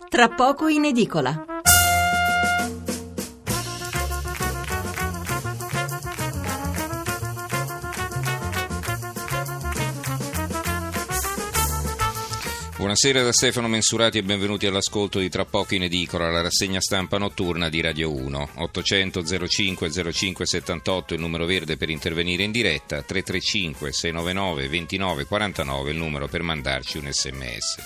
Tra poco in edicola. Buonasera da Stefano Mensurati e benvenuti all'ascolto di Tra poco in edicola, la rassegna stampa notturna di Radio 1. 800 05 05 78 il numero verde per intervenire in diretta, 335 699 29 49 il numero per mandarci un sms.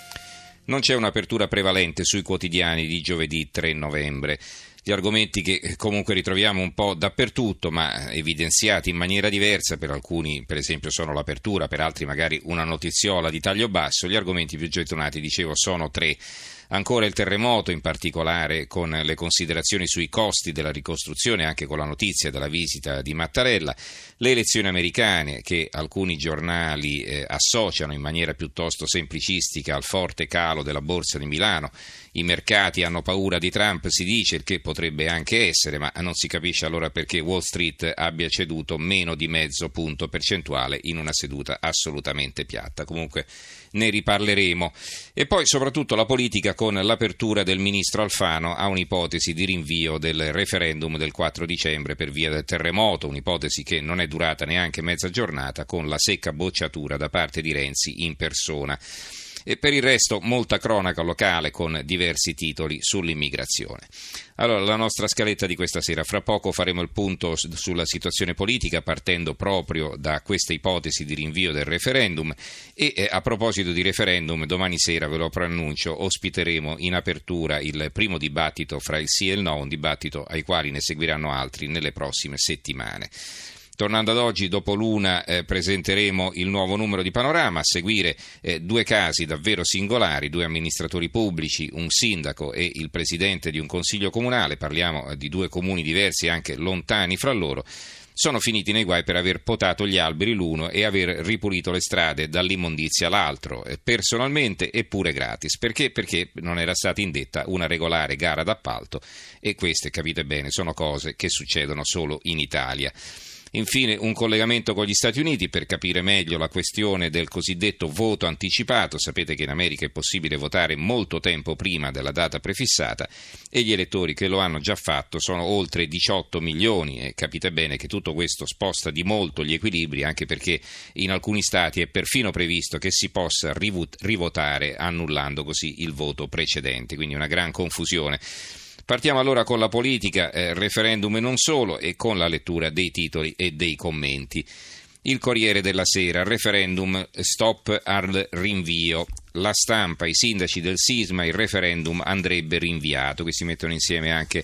Non c'è un'apertura prevalente sui quotidiani di giovedì 3 novembre. Gli argomenti che comunque ritroviamo un po' dappertutto, ma evidenziati in maniera diversa, per alcuni per esempio sono l'apertura, per altri magari una notiziola di taglio basso. Gli argomenti più gettonati, dicevo, sono tre. Ancora il terremoto, in particolare con le considerazioni sui costi della ricostruzione, anche con la notizia della visita di Mattarella, le elezioni americane che alcuni giornali associano in maniera piuttosto semplicistica al forte calo della borsa di Milano. I mercati hanno paura di Trump, si dice, il che potrebbe anche essere, ma non si capisce allora perché Wall Street abbia ceduto meno di mezzo punto percentuale in una seduta assolutamente piatta. Comunque ne riparleremo. E poi soprattutto la politica, con l'apertura del ministro Alfano a un'ipotesi di rinvio del referendum del 4 dicembre per via del terremoto, un'ipotesi che non è durata neanche mezza giornata, con la secca bocciatura da parte di Renzi in persona. E per il resto molta cronaca locale con diversi titoli sull'immigrazione. Allora, la nostra scaletta di questa sera: fra poco faremo il punto sulla situazione politica partendo proprio da questa ipotesi di rinvio del referendum e a proposito di referendum, domani sera, ve lo preannuncio, ospiteremo in apertura il primo dibattito fra il sì e il no, un dibattito ai quali ne seguiranno altri nelle prossime settimane. Tornando ad oggi, dopo l'una presenteremo il nuovo numero di Panorama, a seguire due casi davvero singolari, due amministratori pubblici, un sindaco e il presidente di un consiglio comunale. Parliamo di due comuni diversi, anche lontani fra loro. Sono finiti nei guai per aver potato gli alberi l'uno e aver ripulito le strade dall'immondizia l'altro, personalmente eppure gratis. Perché? Perché non era stata indetta una regolare gara d'appalto e queste, capite bene, sono cose che succedono solo in Italia. Infine un collegamento con gli Stati Uniti per capire meglio la questione del cosiddetto voto anticipato. Sapete che in America è possibile votare molto tempo prima della data prefissata e gli elettori che lo hanno già fatto sono oltre 18 milioni e capite bene che tutto questo sposta di molto gli equilibri, anche perché in alcuni stati è perfino previsto che si possa rivotare annullando così il voto precedente, quindi una gran confusione. Partiamo allora con la politica, referendum e non solo, e con la lettura dei titoli e dei commenti. Il Corriere della Sera: referendum, stop al rinvio. La Stampa: i sindaci del sisma, il referendum andrebbe rinviato. Qui si mettono insieme anche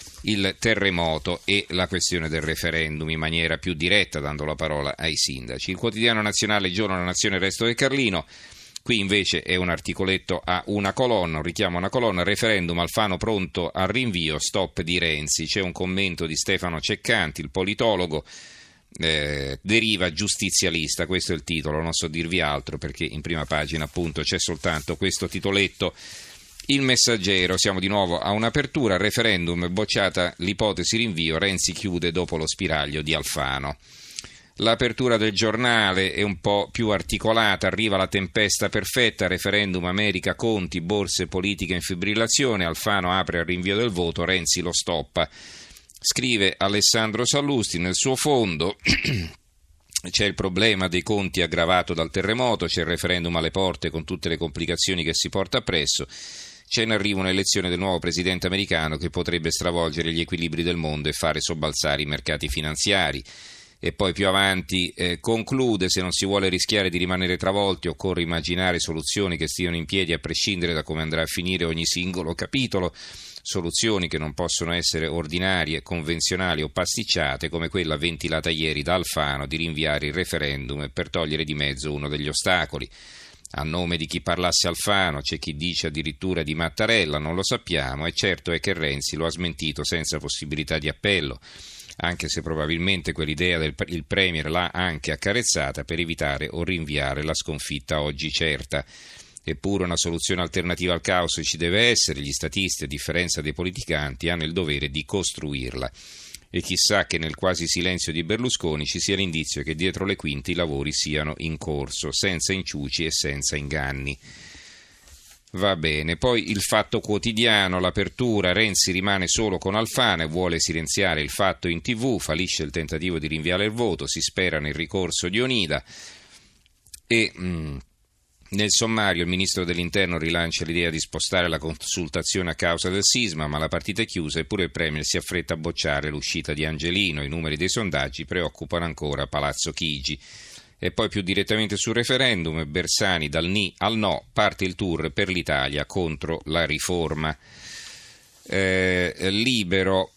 il terremoto e la questione del referendum in maniera più diretta, dando la parola ai sindaci. Il Quotidiano Nazionale: Giorno della Nazione, il resto del Carlino. Qui invece è un articoletto a una colonna, un richiamo a una colonna: referendum, Alfano pronto al rinvio, stop di Renzi. C'è un commento di Stefano Ceccanti, il politologo, deriva giustizialista, questo è il titolo, non so dirvi altro perché in prima pagina appunto c'è soltanto questo titoletto. Il Messaggero: siamo di nuovo a un'apertura, referendum, bocciata l'ipotesi rinvio, Renzi chiude dopo lo spiraglio di Alfano. L'apertura del Giornale è un po' più articolata: arriva la tempesta perfetta, referendum, America, Conti, borse, politica in fibrillazione, Alfano apre al rinvio del voto, Renzi lo stoppa. Scrive Alessandro Sallusti nel suo fondo: c'è il problema dei conti aggravato dal terremoto, c'è il referendum alle porte con tutte le complicazioni che si porta appresso, c'è in arrivo un'elezione del nuovo presidente americano che potrebbe stravolgere gli equilibri del mondo e fare sobbalzare i mercati finanziari. E poi più avanti conclude: se non si vuole rischiare di rimanere travolti occorre immaginare soluzioni che stiano in piedi a prescindere da come andrà a finire ogni singolo capitolo, soluzioni che non possono essere ordinarie, convenzionali o pasticciate come quella ventilata ieri da Alfano di rinviare il referendum per togliere di mezzo uno degli ostacoli. A nome di chi parlasse Alfano, c'è chi dice addirittura di Mattarella, non lo sappiamo, e certo è che Renzi lo ha smentito senza possibilità di appello, anche se probabilmente quell'idea il Premier l'ha anche accarezzata per evitare o rinviare la sconfitta oggi certa. Eppure una soluzione alternativa al caos ci deve essere, gli statisti, a differenza dei politicanti, hanno il dovere di costruirla. E chissà che nel quasi silenzio di Berlusconi ci sia l'indizio che dietro le quinte i lavori siano in corso, senza inciuci e senza inganni. Va bene, poi il Fatto Quotidiano, l'apertura, Renzi rimane solo con Alfano e vuole silenziare il Fatto in TV, fallisce il tentativo di rinviare il voto, si spera nel ricorso di Onida e nel sommario il ministro dell'Interno rilancia l'idea di spostare la consultazione a causa del sisma, ma la partita è chiusa eppure il Premier si affretta a bocciare l'uscita di Angelino, i numeri dei sondaggi preoccupano ancora Palazzo Chigi. E poi più direttamente sul referendum, Bersani dal ni al no, parte il tour per l'Italia contro la riforma. Libero,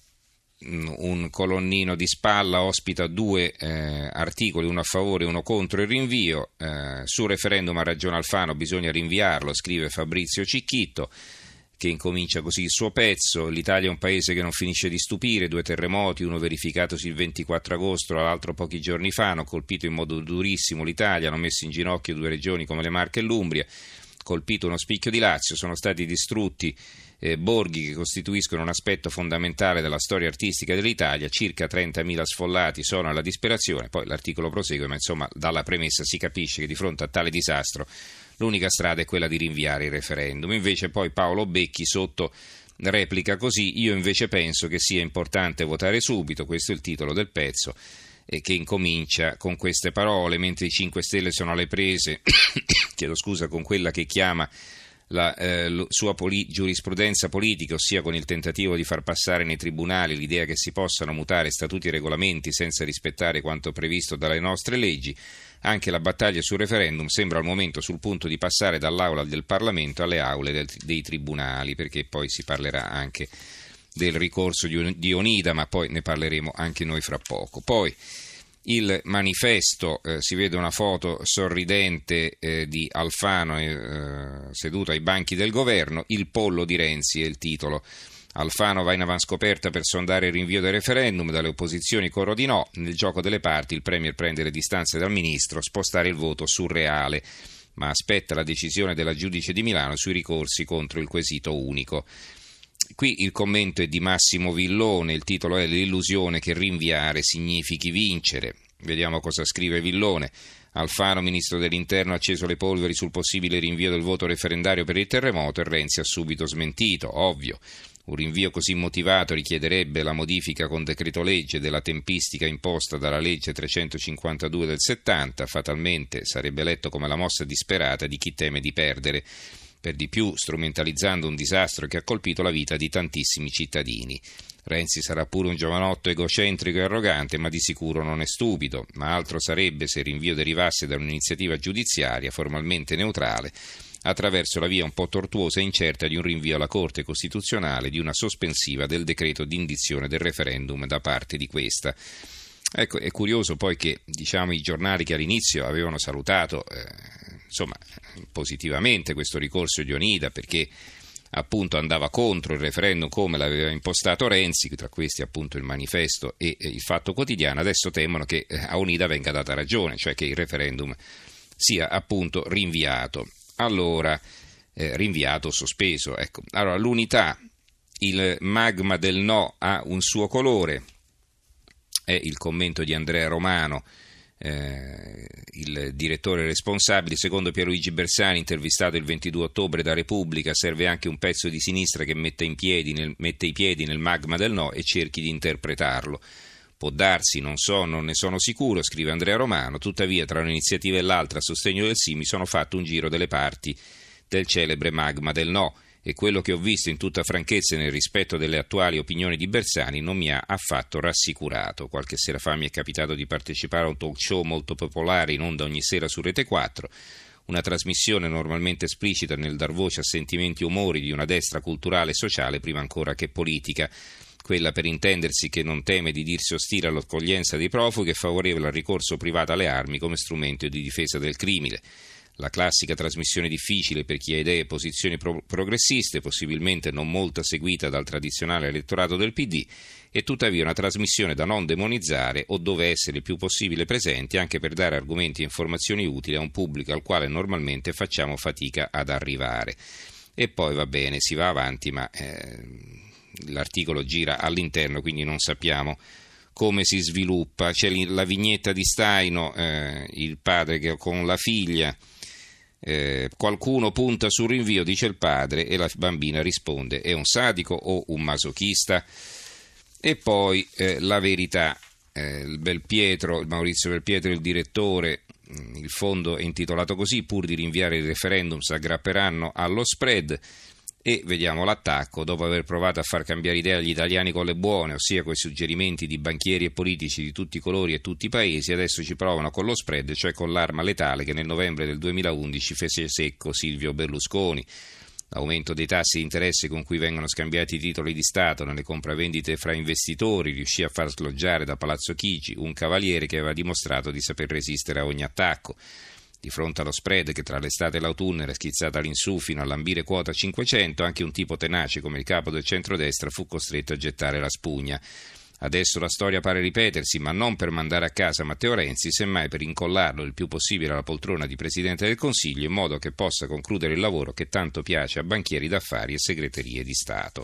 un colonnino di spalla, ospita due articoli, uno a favore e uno contro il rinvio. Sul referendum ha ragione Alfano, bisogna rinviarlo, scrive Fabrizio Cicchitto, che incomincia così il suo pezzo. L'Italia è un paese che non finisce di stupire, 2 terremoti, uno verificatosi il 24 agosto, l'altro pochi giorni fa, hanno colpito in modo durissimo l'Italia, hanno messo in ginocchio 2 regioni come le Marche e l'Umbria, colpito uno spicchio di Lazio, sono stati distrutti borghi che costituiscono un aspetto fondamentale della storia artistica dell'Italia, circa 30.000 sfollati sono alla disperazione. Poi l'articolo prosegue, ma insomma dalla premessa si capisce che di fronte a tale disastro l'unica strada è quella di rinviare il referendum. Invece poi Paolo Becchi sotto replica così: io invece penso che sia importante votare subito, questo è il titolo del pezzo, che incomincia con queste parole: mentre i 5 Stelle sono alle prese con quella che chiama la sua giurisprudenza politica, ossia con il tentativo di far passare nei tribunali l'idea che si possano mutare statuti e regolamenti senza rispettare quanto previsto dalle nostre leggi, anche la battaglia sul referendum sembra al momento sul punto di passare dall'aula del Parlamento alle aule dei tribunali, perché poi si parlerà anche del ricorso di Onida, ma poi ne parleremo anche noi fra poco. Poi il Manifesto, si vede una foto sorridente di Alfano seduto ai banchi del governo, il pollo di Renzi è il titolo. Alfano va in avanscoperta per sondare il rinvio del referendum, dalle opposizioni coro di no, nel gioco delle parti il Premier prende le distanze dal ministro, spostare il voto surreale, ma aspetta la decisione della giudice di Milano sui ricorsi contro il quesito unico. Qui il commento è di Massimo Villone, il titolo è l'illusione che rinviare significhi vincere. Vediamo cosa scrive Villone. Alfano, ministro dell'Interno, ha acceso le polveri sul possibile rinvio del voto referendario per il terremoto e Renzi ha subito smentito, ovvio. Un rinvio così motivato richiederebbe la modifica con decreto legge della tempistica imposta dalla legge 352 del 70, fatalmente sarebbe letto come la mossa disperata di chi teme di perdere, per di più strumentalizzando un disastro che ha colpito la vita di tantissimi cittadini. Renzi sarà pure un giovanotto egocentrico e arrogante, ma di sicuro non è stupido, ma altro sarebbe se il rinvio derivasse da un'iniziativa giudiziaria formalmente neutrale, attraverso la via un po' tortuosa e incerta di un rinvio alla Corte Costituzionale di una sospensiva del decreto di indizione del referendum da parte di questa. Ecco, è curioso poi che i giornali che all'inizio avevano salutato positivamente questo ricorso di Onida, perché appunto andava contro il referendum come l'aveva impostato Renzi, tra questi appunto il Manifesto e il Fatto Quotidiano, adesso temono che a Onida venga data ragione, cioè che il referendum sia appunto rinviato. Allora, rinviato o sospeso. Ecco. Allora, l'Unità, il magma del no ha un suo colore, è il commento di Andrea Romano, il direttore responsabile. Secondo Pierluigi Bersani, intervistato il 22 ottobre da Repubblica, serve anche un pezzo di sinistra che mette i piedi nel magma del no e cerchi di interpretarlo. Può darsi, non so, non ne sono sicuro, scrive Andrea Romano, tuttavia tra un'iniziativa e l'altra a sostegno del sì mi sono fatto un giro delle parti del celebre magma del no e quello che ho visto in tutta franchezza e nel rispetto delle attuali opinioni di Bersani non mi ha affatto rassicurato. Qualche sera fa mi è capitato di partecipare a un talk show molto popolare in onda ogni sera su Rete 4, una trasmissione normalmente esplicita nel dar voce a sentimenti e umori di una destra culturale e sociale prima ancora che politica. Quella, per intendersi, che non teme di dirsi ostile all'accoglienza dei profughi e favorevole al ricorso privato alle armi come strumento di difesa del crimine. La classica trasmissione difficile per chi ha idee e posizioni progressiste, possibilmente non molto seguita dal tradizionale elettorato del PD, e tuttavia una trasmissione da non demonizzare o dove essere il più possibile presenti anche per dare argomenti e informazioni utili a un pubblico al quale normalmente facciamo fatica ad arrivare. E poi va bene, si va avanti, ma l'articolo gira all'interno, quindi non sappiamo come si sviluppa. C'è la vignetta di Staino, il padre che con la figlia Qualcuno punta sul rinvio, dice il padre, e la bambina risponde: è un sadico o un masochista? E poi la verità, il Maurizio Belpietro, il direttore, il fondo è intitolato così: pur di rinviare il referendum si aggrapperanno allo spread. E vediamo l'attacco: dopo aver provato a far cambiare idea agli italiani con le buone, ossia con i suggerimenti di banchieri e politici di tutti i colori e tutti i paesi, adesso ci provano con lo spread, cioè con l'arma letale che nel novembre del 2011 fece secco Silvio Berlusconi. L'aumento dei tassi di interesse con cui vengono scambiati i titoli di Stato nelle compravendite fra investitori riuscì a far sloggiare da Palazzo Chigi un cavaliere che aveva dimostrato di saper resistere a ogni attacco. Di fronte allo spread che tra l'estate e l'autunno era schizzato all'insù fino a lambire quota 500, anche un tipo tenace come il capo del centrodestra fu costretto a gettare la spugna. Adesso la storia pare ripetersi, ma non per mandare a casa Matteo Renzi, semmai per incollarlo il più possibile alla poltrona di Presidente del Consiglio, in modo che possa concludere il lavoro che tanto piace a banchieri d'affari e segreterie di Stato.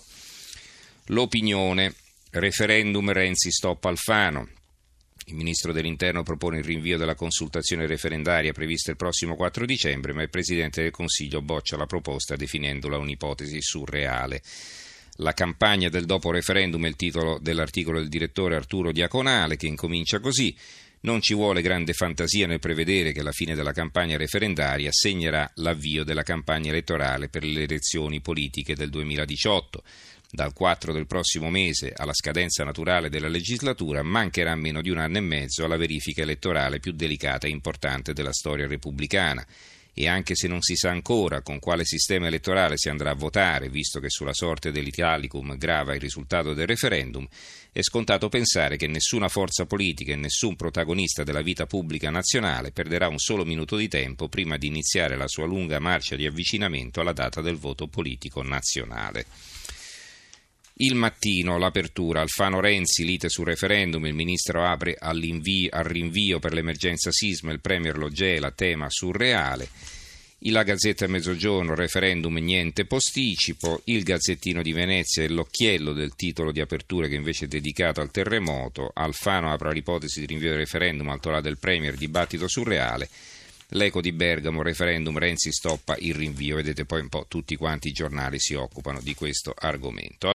L'opinione: referendum Renzi stop Alfano. Il ministro dell'Interno propone il rinvio della consultazione referendaria prevista il prossimo 4 dicembre, ma il Presidente del Consiglio boccia la proposta definendola un'ipotesi surreale. La campagna del dopo referendum è il titolo dell'articolo del direttore Arturo Diaconale, che incomincia così: non ci vuole grande fantasia nel prevedere che la fine della campagna referendaria segnerà l'avvio della campagna elettorale per le elezioni politiche del 2018. Dal 4 del prossimo mese alla scadenza naturale della legislatura mancherà meno di un anno e mezzo alla verifica elettorale più delicata e importante della storia repubblicana. E anche se non si sa ancora con quale sistema elettorale si andrà a votare, visto che sulla sorte dell'Italicum grava il risultato del referendum, è scontato pensare che nessuna forza politica e nessun protagonista della vita pubblica nazionale perderà un solo minuto di tempo prima di iniziare la sua lunga marcia di avvicinamento alla data del voto politico nazionale. Il Mattino, l'apertura: Alfano Renzi, lite sul referendum, il ministro apre al rinvio per l'emergenza sisma, il premier lo gela, tema surreale. La Gazzetta del Mezzogiorno: referendum niente posticipo. Il Gazzettino di Venezia è l'occhiello del titolo di apertura che invece è dedicato al terremoto: Alfano apre l'ipotesi di rinvio del referendum, al là del premier, dibattito surreale. L'Eco di Bergamo: referendum Renzi stoppa il rinvio. Vedete, poi un po' tutti quanti i giornali si occupano di questo argomento.